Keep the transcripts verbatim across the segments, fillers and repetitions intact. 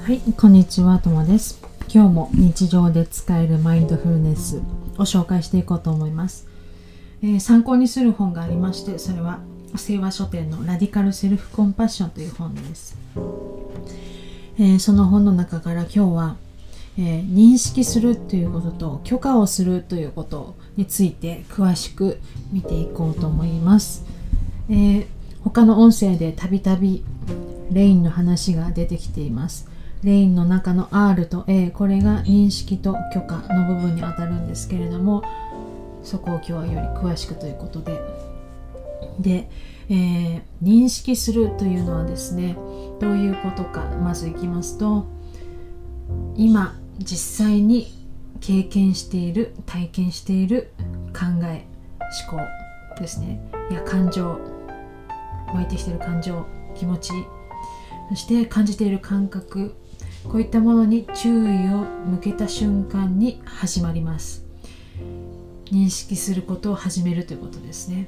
はい、こんにちは、ともです。今日も日常で使えるマインドフルネスを紹介していこうと思います。えー、参考にする本がありまして、それは清和書店のラディカルセルフコンパッションという本です。えー、その本の中から今日は、えー、認識するということと許可をするということについて詳しく見ていこうと思います。えー、他の音声でたびたびレインの話が出てきています。レインの中の アール と エー、 これが認識と許可の部分にあたるんですけれども、そこを今日はより詳しくということでで、えー、認識するというのはですね、どういうことか。まずいきますと、今実際に経験している体験している考え思考ですね、や感情、湧いてきている感情、気持ち、そして感じている感覚、こういったものに注意を向けた瞬間に始まります。認識することを始めるということですね。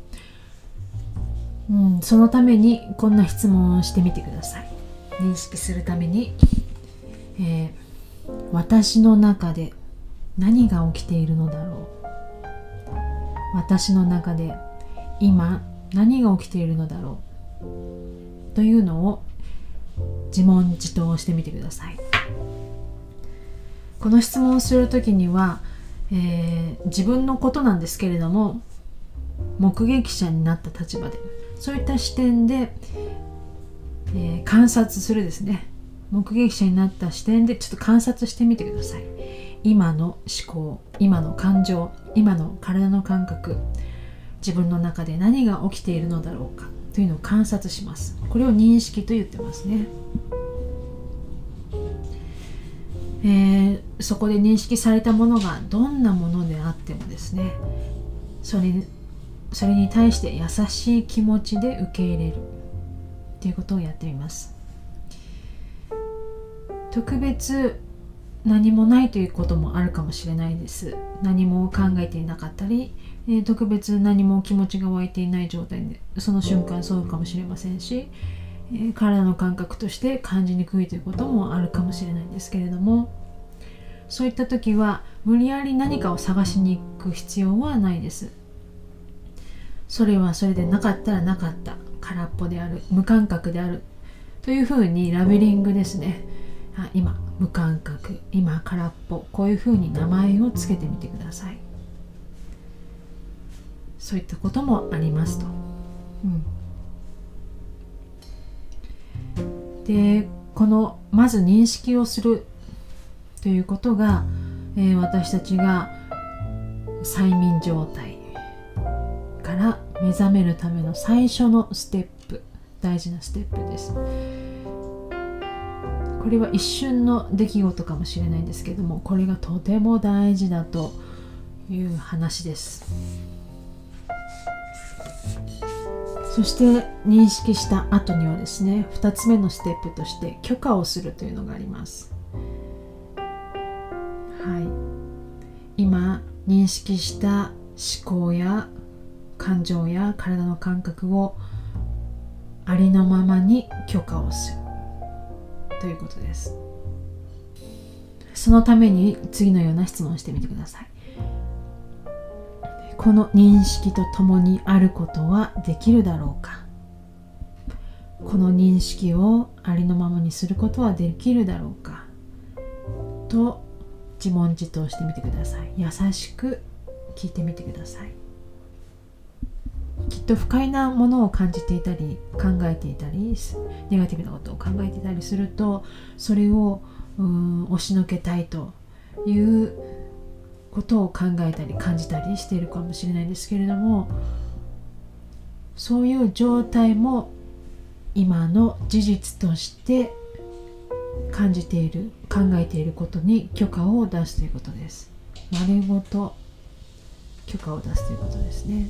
うん、そのためにこんな質問をしてみてください。認識するために、えー、私の中で何が起きているのだろう。私の中で今何が起きているのだろうというのを自問自答してみてください。この質問をするときには、えー、自分のことなんですけれども、目撃者になった立場で、そういった視点で、えー、観察するですね。目撃者になった視点でちょっと観察してみてください。今の思考、今の感情、今の体の感覚、自分の中で何が起きているのだろうかというのを観察します。これを認識と言ってますね。えー、そこで認識されたものがどんなものであってもですね、それ、それに対して優しい気持ちで受け入れるということをやってみます。特別何もないということもあるかもしれないです。何も考えていなかったり、えー、特別何も気持ちが湧いていない状態で、その瞬間そうかもしれませんし、えー、体の感覚として感じにくいということもあるかもしれないんですけれども、そういった時は無理やり何かを探しに行く必要はないです。それはそれでなかったらなかった、空っぽである、無感覚であるというふうにラベリングですね。あ、今無感覚、今空っぽ、こういうふうに名前をつけてみてください。そういったこともありますと。うん、で、このまず認識をするということが、えー、私たちが催眠状態から目覚めるための最初のステップ、大事なステップです。これは一瞬の出来事かもしれないんですけども、これがとても大事だという話です。そして認識した後にはですね、ふたつめのステップとして許可をするというのがあります。はい、今認識した思考や感情や体の感覚をありのままに許可をするということです。そのために次のような質問をしてみてください。この認識とともにあることはできるだろうか。この認識をありのままにすることはできるだろうかと自問自答してみてください。優しく聞いてみてください。きっと不快なものを感じていたり考えていたり、ネガティブなことを考えていたりすると、それをうーん押しのけたいということを考えたり感じたりしているかもしれないんですけれども、そういう状態も今の事実として感じている、考えていることに許可を出すということです。丸ごと許可を出すということですね。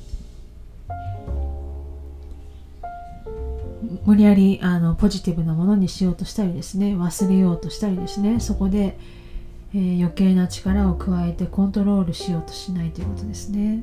無理やりあのポジティブなものにしようとしたりですね、忘れようとしたりですね、そこで、えー、余計な力を加えてコントロールしようとしないということですね。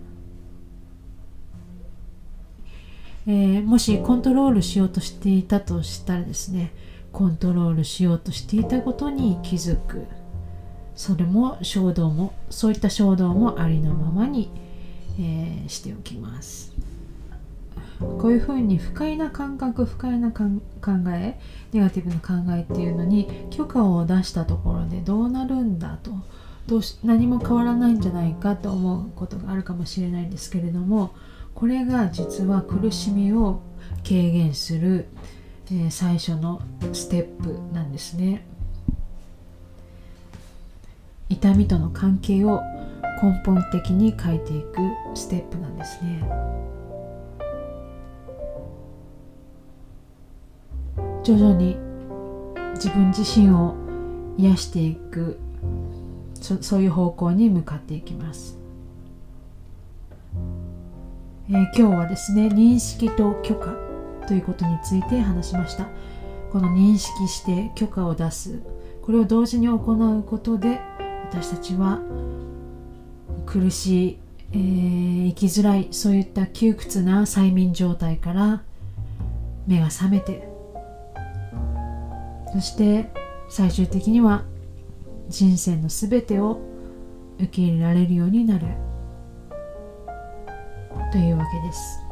えー、もしコントロールしようとしていたとしたらですね、 コントロールしようとしていたことに気づく。それも衝動も、そういった衝動もありのままに、えー、しておきます。こういうふうに不快な感覚、不快な考え、ネガティブな考えっていうのに許可を出したところでどうなるんだと、どうし何も変わらないんじゃないかと思うことがあるかもしれないんですけれども、これが実は苦しみを軽減する、えー、最初のステップなんですね。痛みとの関係を根本的に変えていくステップなんですね。徐々に自分自身を癒していく、そ、そういう方向に向かっていきます。えー、今日はですね、認識と許可ということについて話しました。この認識して許可を出す、これを同時に行うことで、私たちは苦しい、えー、生きづらい、そういった窮屈な催眠状態から目が覚めて、そして最終的には人生のすべてを受け入れられるようになるというわけです。